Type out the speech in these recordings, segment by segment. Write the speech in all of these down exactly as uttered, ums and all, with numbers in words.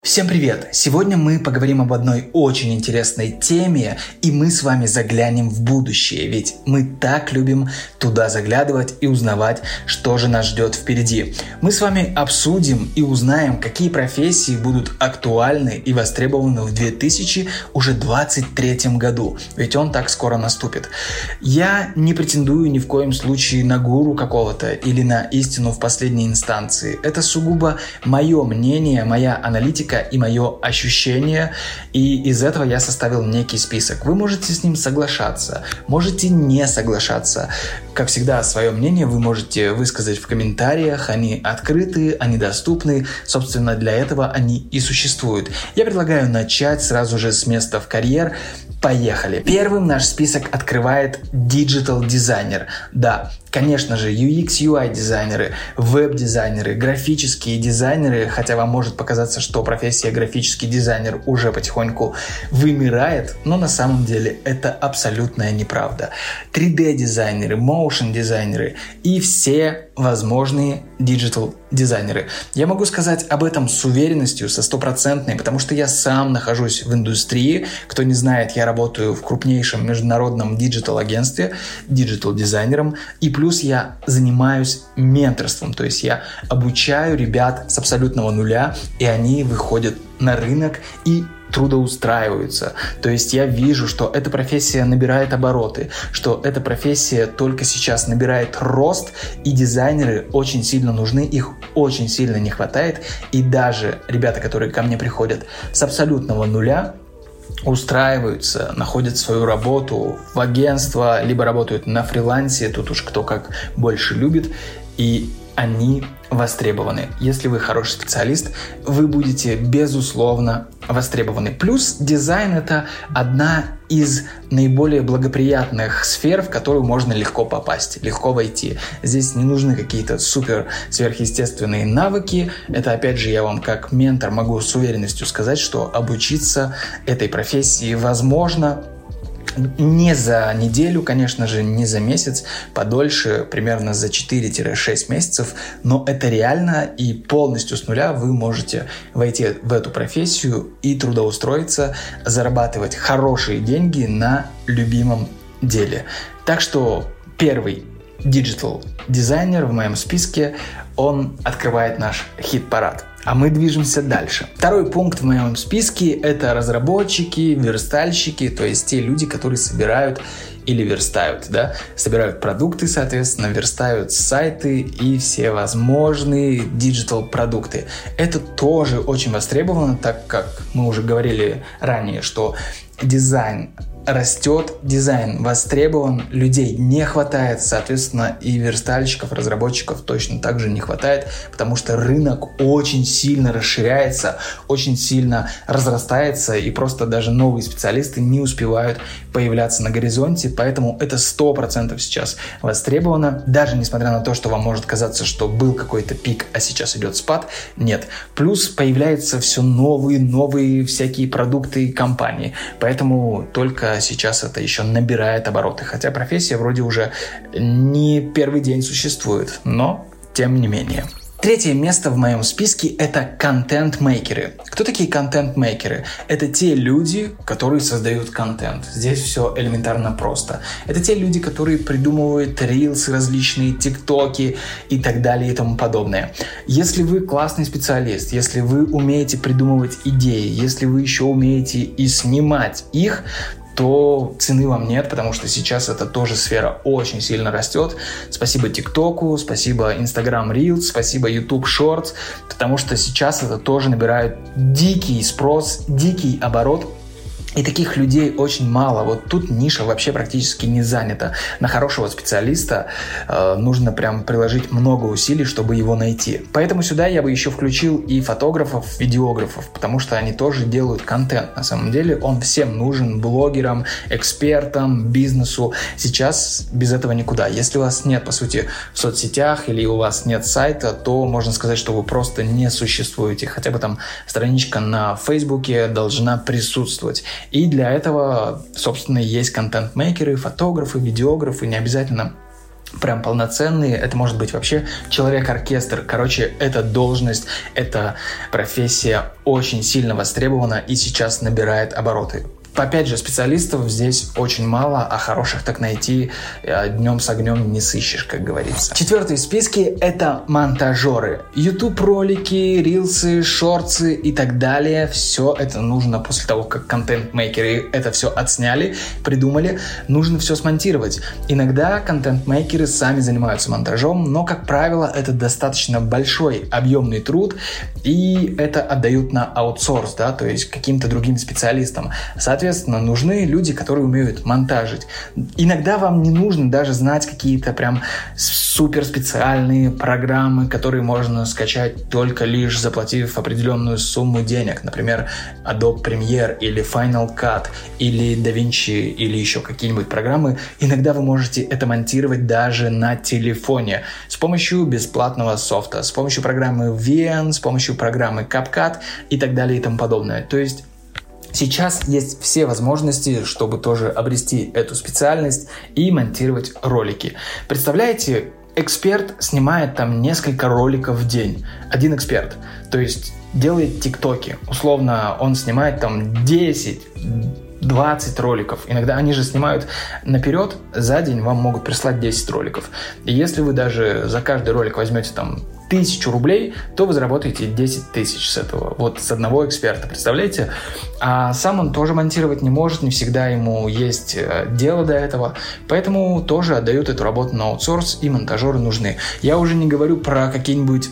Всем привет! Сегодня мы поговорим об одной очень интересной теме, и мы с вами заглянем в будущее, ведь мы так любим туда заглядывать и узнавать, что же нас ждет впереди. Мы с вами обсудим и узнаем, какие профессии будут актуальны и востребованы в две тысячи двадцать третьем году, ведь он так скоро наступит. Я не претендую ни в коем случае на гуру какого-то или на истину в последней инстанции. Это сугубо мое мнение, моя аналитика и мое ощущение, и из этого я составил некий список. Вы можете с ним соглашаться, можете не соглашаться. Как всегда, свое мнение вы можете высказать в комментариях, они открыты, они доступны, собственно, для этого они и существуют. Я предлагаю начать сразу же с места в карьер. Поехали! Первым наш список открывает диджитал-дизайнер. Да, конечно же, ю экс ю ай дизайнеры, веб-дизайнеры, графические дизайнеры, хотя вам может показаться, что профессия графический дизайнер уже потихоньку вымирает, но на самом деле это абсолютная неправда. три дэ-дизайнеры, моушн-дизайнеры и все возможные диджитал-дизайнеры. Я могу сказать об этом с уверенностью, со стопроцентной, потому что я сам нахожусь в индустрии. Кто не знает, я работаю в крупнейшем международном диджитал-агентстве, диджитал-дизайнером, и плюс я занимаюсь менторством, то есть я обучаю ребят с абсолютного нуля, и они выходят на рынок и трудоустраиваются. То есть я вижу, что эта профессия набирает обороты, что эта профессия только сейчас набирает рост, и дизайнеры очень сильно нужны, их очень сильно не хватает, и даже ребята, которые ко мне приходят с абсолютного нуля, устраиваются, находят свою работу в агентство, либо работают на фрилансе, тут уж кто как больше любит, и они востребованы. Если вы хороший специалист, вы будете, безусловно, востребованы. Плюс дизайн — это одна из наиболее благоприятных сфер, в которую можно легко попасть, легко войти. Здесь не нужны какие-то супер сверхъестественные навыки. Это, опять же, я вам как ментор могу с уверенностью сказать, что обучиться этой профессии возможно. Не за неделю, конечно же, не за месяц, подольше, примерно за четыре-шесть месяцев, но это реально, и полностью с нуля вы можете войти в эту профессию и трудоустроиться, зарабатывать хорошие деньги на любимом деле. Так что первый диджитал-дизайнер в моем списке, он открывает наш хит-парад. А мы движемся дальше. Второй пункт в моем списке – это разработчики, верстальщики, то есть те люди, которые собирают или верстают, да, собирают продукты, соответственно, верстают сайты и все возможные диджитал-продукты. Это тоже очень востребовано, так как мы уже говорили ранее, что дизайн растет, дизайн востребован, людей не хватает, соответственно, и верстальщиков, разработчиков точно так же не хватает, потому что рынок очень сильно расширяется, очень сильно разрастается, и просто даже новые специалисты не успевают появляться на горизонте, поэтому это сто процентов сейчас востребовано, даже несмотря на то, что вам может казаться, что был какой-то пик, а сейчас идет спад, нет. Плюс появляются все новые, новые всякие продукты и компании, поэтому только сейчас это еще набирает обороты, хотя профессия вроде уже не первый день существует, но тем не менее. Третье место в моем списке – это контент-мейкеры. Кто такие контент-мейкеры? Это те люди, которые создают контент. Здесь все элементарно просто. Это те люди, которые придумывают рилсы различные, тиктоки и так далее и тому подобное. Если вы классный специалист, если вы умеете придумывать идеи, если вы еще умеете и снимать их, то цены вам нет, потому что сейчас эта тоже сфера очень сильно растет. Спасибо ТикТоку, спасибо Instagram Reels, спасибо YouTube Shorts, потому что сейчас это тоже набирает дикий спрос, дикий оборот. И таких людей очень мало. Вот тут ниша вообще практически не занята. На хорошего специалиста э, нужно прям приложить много усилий, чтобы его найти. Поэтому сюда я бы еще включил и фотографов, видеографов, потому что они тоже делают контент. На самом деле он всем нужен, блогерам, экспертам, бизнесу. Сейчас без этого никуда. Если у вас нет, по сути, в соцсетях или у вас нет сайта, то можно сказать, что вы просто не существуете. Хотя бы там страничка на Фейсбуке должна присутствовать. И для этого, собственно, есть контент-мейкеры, фотографы, видеографы, не обязательно прям полноценные, это может быть вообще человек-оркестр. Короче, эта должность, эта профессия очень сильно востребована и сейчас набирает обороты. Опять же, специалистов здесь очень мало, а хороших так найти днем с огнем не сыщешь, как говорится. Четвертый в списке – это монтажеры. YouTube-ролики, рилсы, шортсы и так далее. Все это нужно после того, как контент-мейкеры это все отсняли, придумали, нужно все смонтировать. Иногда контент-мейкеры сами занимаются монтажом, но, как правило, это достаточно большой объемный труд, и это отдают на аутсорс, да, то есть каким-то другим специалистам. Соответственно, нужны люди, которые умеют монтажить. Иногда вам не нужно даже знать какие-то прям супер специальные программы, которые можно скачать только лишь заплатив определенную сумму денег. Например, Adobe Premiere или Final Cut или DaVinci или еще какие-нибудь программы. Иногда вы можете это монтировать даже на телефоне с помощью бесплатного софта, с помощью программы ви эн, с помощью программы CapCut и так далее и тому подобное. То есть сейчас есть все возможности, чтобы тоже обрести эту специальность и монтировать ролики. Представляете, эксперт снимает там несколько роликов в день. Один эксперт. То есть делает тиктоки. Условно, он снимает там десять двадцать роликов. Иногда они же снимают наперед, за день вам могут прислать десять роликов. И если вы даже за каждый ролик возьмете там тысячу рублей, то вы заработаете десять тысяч с этого, вот с одного эксперта, представляете? А сам он тоже монтировать не может, не всегда ему есть дело до этого, поэтому тоже отдают эту работу на аутсорс, и монтажеры нужны. Я уже не говорю про какие-нибудь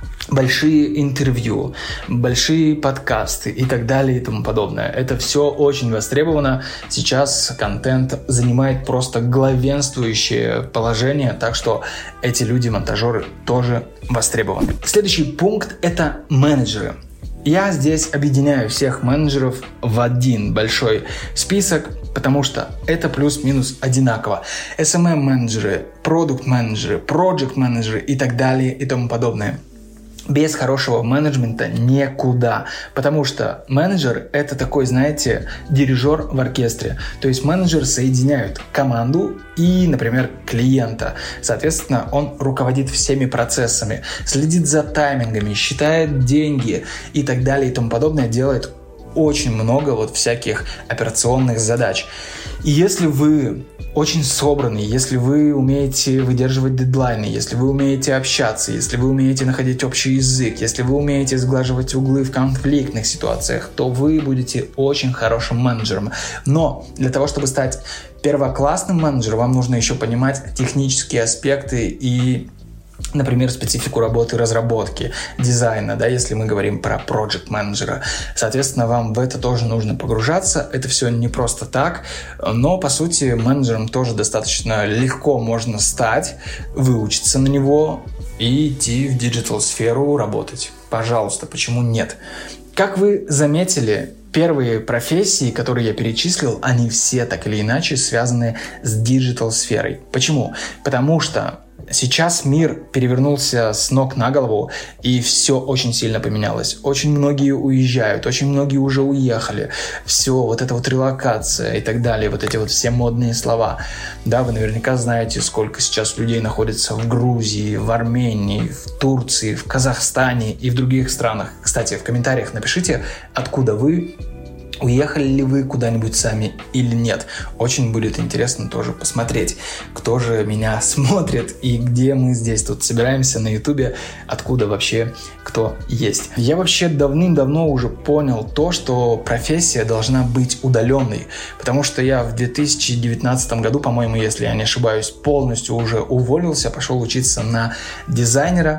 большие интервью, большие подкасты и так далее и тому подобное. Это все очень востребовано. Сейчас контент занимает просто главенствующее положение, так что эти люди-монтажеры тоже востребованы. Следующий пункт – это менеджеры. Я здесь объединяю всех менеджеров в один большой список, потому что это плюс-минус одинаково. эс эм эм-менеджеры, продукт-менеджеры, проджект-менеджеры и так далее и тому подобное. Без хорошего менеджмента никуда, потому что менеджер – это такой, знаете, дирижер в оркестре. То есть менеджер соединяет команду и, например, клиента. Соответственно, он руководит всеми процессами, следит за таймингами, считает деньги и так далее и тому подобное, делает очень много вот всяких операционных задач. И если вы очень собранный, если вы умеете выдерживать дедлайны, если вы умеете общаться, если вы умеете находить общий язык, если вы умеете сглаживать углы в конфликтных ситуациях, то вы будете очень хорошим менеджером. Но для того, чтобы стать первоклассным менеджером, вам нужно еще понимать технические аспекты и, например, специфику работы разработки, дизайна, да, если мы говорим про проект-менеджера. Соответственно, вам в это тоже нужно погружаться. Это все не просто так, но, по сути, менеджером тоже достаточно легко можно стать, выучиться на него и идти в диджитал-сферу работать. Пожалуйста, почему нет? Как вы заметили, первые профессии, которые я перечислил, они все так или иначе связаны с диджитал-сферой. Почему? Потому что сейчас мир перевернулся с ног на голову, и все очень сильно поменялось. Очень многие уезжают, очень многие уже уехали. Все, вот эта вот релокация и так далее, вот эти вот все модные слова. Да, вы наверняка знаете, сколько сейчас людей находится в Грузии, в Армении, в Турции, в Казахстане и в других странах. Кстати, в комментариях напишите, откуда вы, уехали ли вы куда-нибудь сами или нет. Очень будет интересно тоже посмотреть, кто же меня смотрит и где мы здесь тут собираемся на ютубе, откуда вообще кто есть. Я вообще давным-давно уже понял то, что профессия должна быть удаленной, потому что я в две тысячи девятнадцатом году, по-моему, если я не ошибаюсь, полностью уже уволился, пошел учиться на дизайнера,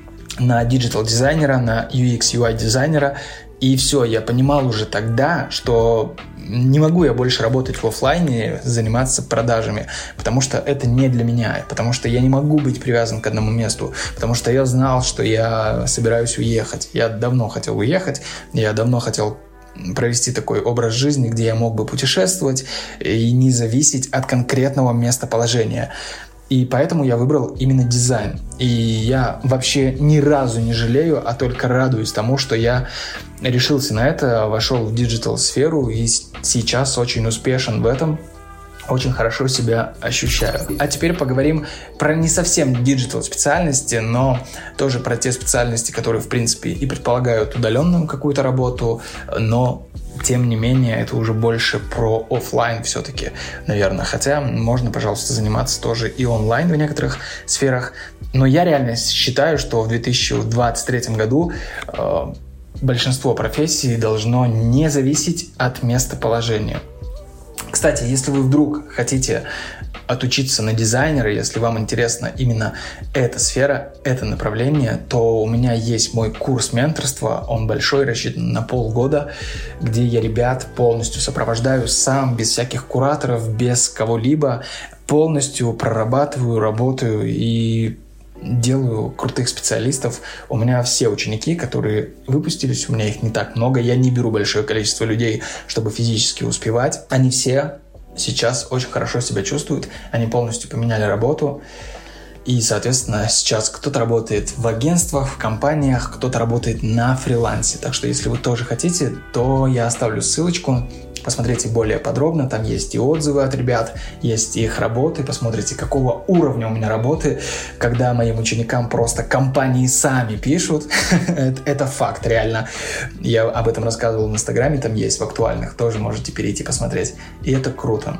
на диджитал-дизайнера, на ю экс ю ай дизайнера. И все, я понимал уже тогда, что не могу я больше работать в офлайне, заниматься продажами, потому что это не для меня, потому что я не могу быть привязан к одному месту, потому что я знал, что я собираюсь уехать. Я давно хотел уехать, я давно хотел провести такой образ жизни, где я мог бы путешествовать и не зависеть от конкретного местоположения. И поэтому я выбрал именно дизайн. И я вообще ни разу не жалею, а только радуюсь тому, что я решился на это, вошел в диджитал-сферу и сейчас очень успешен в этом. очень хорошо себя ощущаю. А теперь поговорим про не совсем диджитал специальности, но тоже про те специальности, которые, в принципе, и предполагают удаленную какую-то работу, но тем не менее, это уже больше про офлайн все-таки, наверное. Хотя можно, пожалуйста, заниматься тоже и онлайн в некоторых сферах. Но я реально считаю, что в две тысячи двадцать третьем году э, большинство профессий должно не зависеть от местоположения. Кстати, если вы вдруг хотите отучиться на дизайнера, если вам интересна именно эта сфера, это направление, то у меня есть мой курс менторства, он большой, рассчитан на полгода, где я ребят полностью сопровождаю сам, без всяких кураторов, без кого-либо, полностью прорабатываю, работаю и делаю крутых специалистов. У меня все ученики, которые выпустились, у меня их не так много, я не беру большое количество людей, чтобы физически успевать. Они все сейчас очень хорошо себя чувствуют, они полностью поменяли работу. И, соответственно, сейчас кто-то работает в агентствах, в компаниях, кто-то работает на фрилансе. Так что, если вы тоже хотите, то я оставлю ссылочку. Посмотрите более подробно, там есть и отзывы от ребят, есть и их работы, посмотрите, какого уровня у меня работы, когда моим ученикам просто компании сами пишут, это факт, реально. Я об этом рассказывал в Инстаграме, там есть в актуальных, тоже можете перейти посмотреть, и это круто.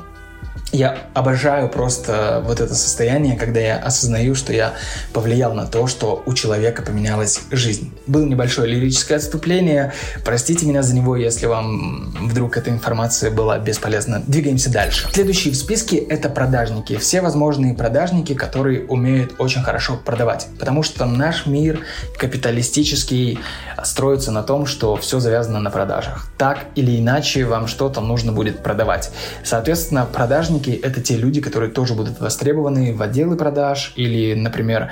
Я обожаю просто вот это состояние, когда я осознаю, что я повлиял на то, что у человека поменялась жизнь. Было небольшое лирическое отступление. Простите меня за него, если вам вдруг эта информация была бесполезна. Двигаемся дальше. Следующие в списке — это продажники. Все возможные продажники, которые умеют очень хорошо продавать. Потому что наш мир капиталистический строится на том, что все завязано на продажах. Так или иначе вам что-то нужно будет продавать. Соответственно, продажники — это те люди, которые тоже будут востребованы в отделы продаж или, например,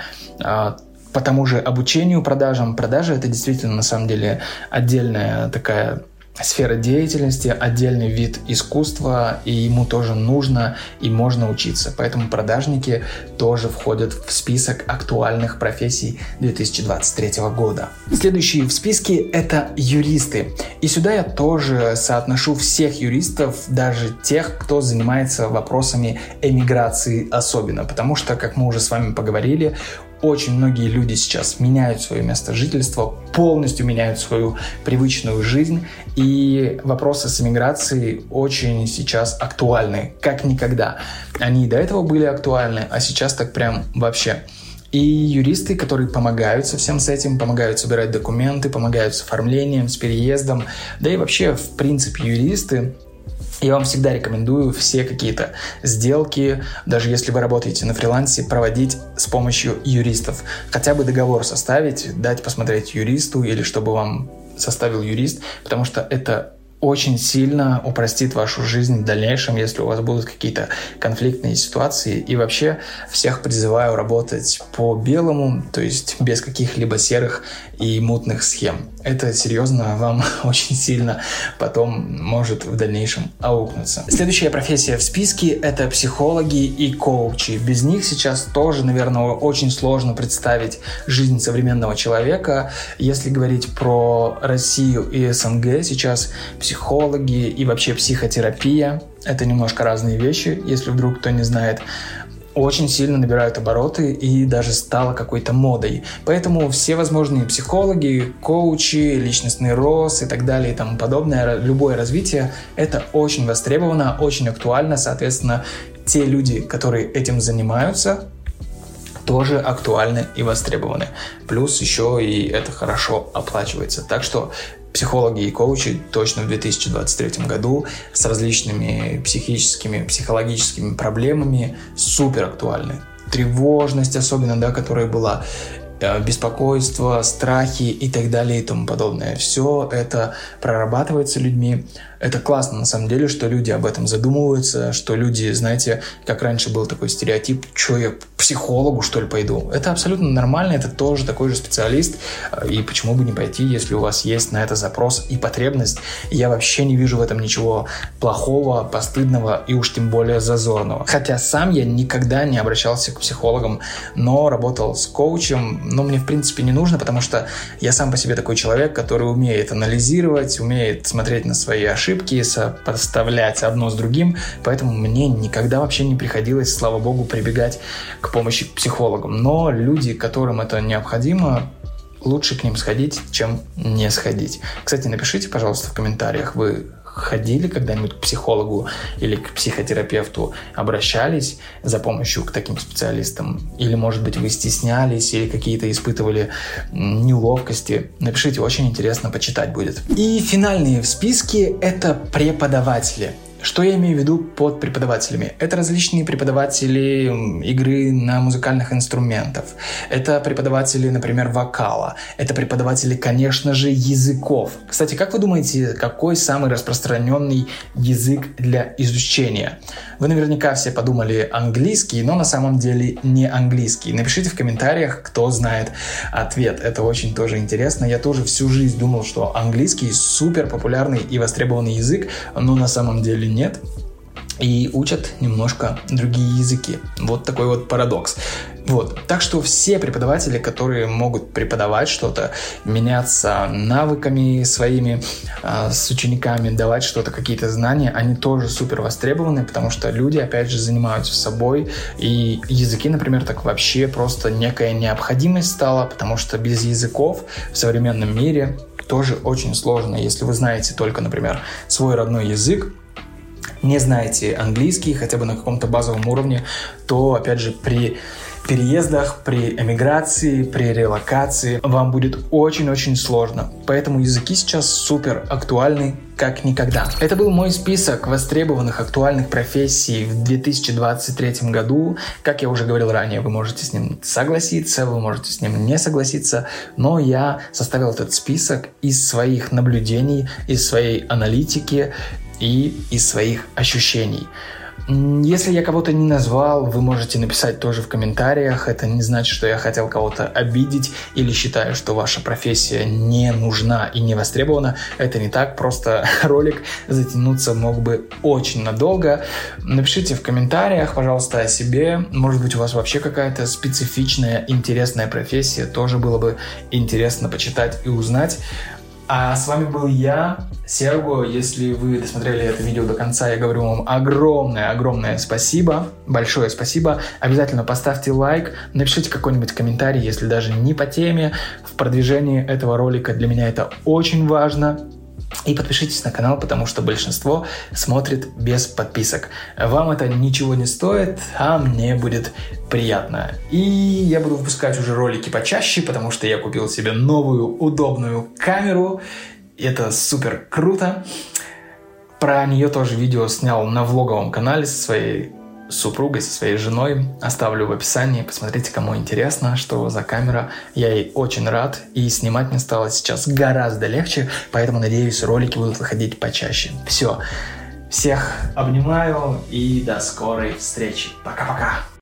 по тому же обучению продажам. Продажи — это действительно на самом деле отдельная такая сфера деятельности, отдельный вид искусства, и ему тоже нужно и можно учиться. Поэтому продажники тоже входят в список актуальных профессий две тысячи двадцать третьего года. Следующие в списке — это юристы. И сюда я тоже соотношу всех юристов, даже тех, кто занимается вопросами эмиграции особенно. Потому что, как мы уже с вами поговорили, очень многие люди сейчас меняют свое место жительства, полностью меняют свою привычную жизнь, и вопросы с эмиграцией очень сейчас актуальны, как никогда. Они и до этого были актуальны, а сейчас так прям вообще. И юристы, которые помогают со всем с этим, помогают собирать документы, помогают с оформлением, с переездом, да и вообще, в принципе, юристы. Я вам всегда рекомендую все какие-то сделки, даже если вы работаете на фрилансе, проводить с помощью юристов. Хотя бы договор составить, дать посмотреть юристу или чтобы вам составил юрист, потому что это очень сильно упростит вашу жизнь в дальнейшем, если у вас будут какие-то конфликтные ситуации. И вообще всех призываю работать по белому, то есть без каких-либо серых и мутных схем. Это серьезно вам очень сильно потом может в дальнейшем аукнуться. Следующая профессия в списке — это психологи и коучи. Без них сейчас тоже, наверное, очень сложно представить жизнь современного человека. Если говорить про Россию и СНГ, сейчас психологи и вообще психотерапия — это немножко разные вещи, если вдруг кто не знает, очень сильно набирают обороты и даже стало какой-то модой. Поэтому все возможные психологи, коучи, личностный рост и так далее и тому подобное, любое развитие — это очень востребовано, очень актуально. Соответственно, те люди, которые этим занимаются, тоже актуальны и востребованы. Плюс еще и это хорошо оплачивается. Так что психологи и коучи точно в две тысячи двадцать третьем году с различными психическими, психологическими проблемами супер актуальны. Тревожность особенно, да, которая была, беспокойство, страхи и так далее и тому подобное. Все это прорабатывается людьми. Это классно, на самом деле, что люди об этом задумываются, что люди, знаете, как раньше был такой стереотип, что я к психологу, что ли, пойду. Это абсолютно нормально, это тоже такой же специалист, и почему бы не пойти, если у вас есть на это запрос и потребность. Я вообще не вижу в этом ничего плохого, постыдного и уж тем более зазорного. Хотя сам я никогда не обращался к психологам, но работал с коучем, но мне, в принципе, не нужно, потому что я сам по себе такой человек, который умеет анализировать, умеет смотреть на свои ошибки, ошибки, сопоставлять одно с другим, поэтому мне никогда вообще не приходилось, слава богу, прибегать к помощи к психологам. Но люди, которым это необходимо, лучше к ним сходить, чем не сходить. Кстати, напишите, пожалуйста, в комментариях, вы ходили когда-нибудь к психологу или к психотерапевту, обращались за помощью к таким специалистам? Или, может быть, вы стеснялись или какие-то испытывали неловкости? Напишите, очень интересно почитать будет. И финальные в списке – это преподаватели. Что я имею в виду под преподавателями? Это различные преподаватели игры на музыкальных инструментах. Это преподаватели, например, вокала. Это преподаватели, конечно же, языков. Кстати, как вы думаете, какой самый распространенный язык для изучения? Вы наверняка все подумали английский, но на самом деле не английский. Напишите в комментариях, кто знает ответ. Это очень тоже интересно. Я тоже всю жизнь думал, что английский супер популярный и востребованный язык, но на самом деле нет, и учат немножко другие языки. Вот такой вот парадокс. Вот. Так что все преподаватели, которые могут преподавать что-то, меняться навыками своими э, с учениками, давать что-то, какие-то знания, они тоже супер востребованы, потому что люди, опять же, занимаются собой, и языки, например, так вообще просто некая необходимость стала, потому что без языков в современном мире тоже очень сложно. Если вы знаете только, например, свой родной язык, не знаете английский хотя бы на каком-то базовом уровне, то, опять же, при переездах, при эмиграции, при релокации вам будет очень-очень сложно. Поэтому языки сейчас супер актуальны как никогда. Это был мой список востребованных актуальных профессий в две тысячи двадцать третьем году. Как я уже говорил ранее, вы можете с ним согласиться, вы можете с ним не согласиться, но я составил этот список из своих наблюдений, из своей аналитики и из своих ощущений. Если я кого-то не назвал, вы можете написать тоже в комментариях. Это не значит, что я хотел кого-то обидеть или считаю, что ваша профессия не нужна и не востребована. Это не так, просто ролик затянуться мог бы очень надолго. Напишите в комментариях, пожалуйста, о себе. Может быть, у вас вообще какая-то специфичная, интересная профессия. Тоже было бы интересно почитать и узнать. А с вами был я, Серго. Если вы досмотрели это видео до конца, я говорю вам огромное-огромное спасибо, большое спасибо. Обязательно поставьте лайк, напишите какой-нибудь комментарий, если даже не по теме, в продвижении этого ролика. Для меня это очень важно. И подпишитесь на канал, потому что большинство смотрит без подписок. Вам это ничего не стоит, а мне будет приятно. И я буду выпускать уже ролики почаще, потому что я купил себе новую удобную камеру. Это супер круто. Про нее тоже видео снял на влоговом канале со своей супругой, со своей женой. Оставлю в описании. Посмотрите, кому интересно, что за камера. Я ей очень рад. И снимать мне стало сейчас гораздо легче. Поэтому, надеюсь, ролики будут выходить почаще. Все. Всех обнимаю и до скорой встречи. Пока-пока.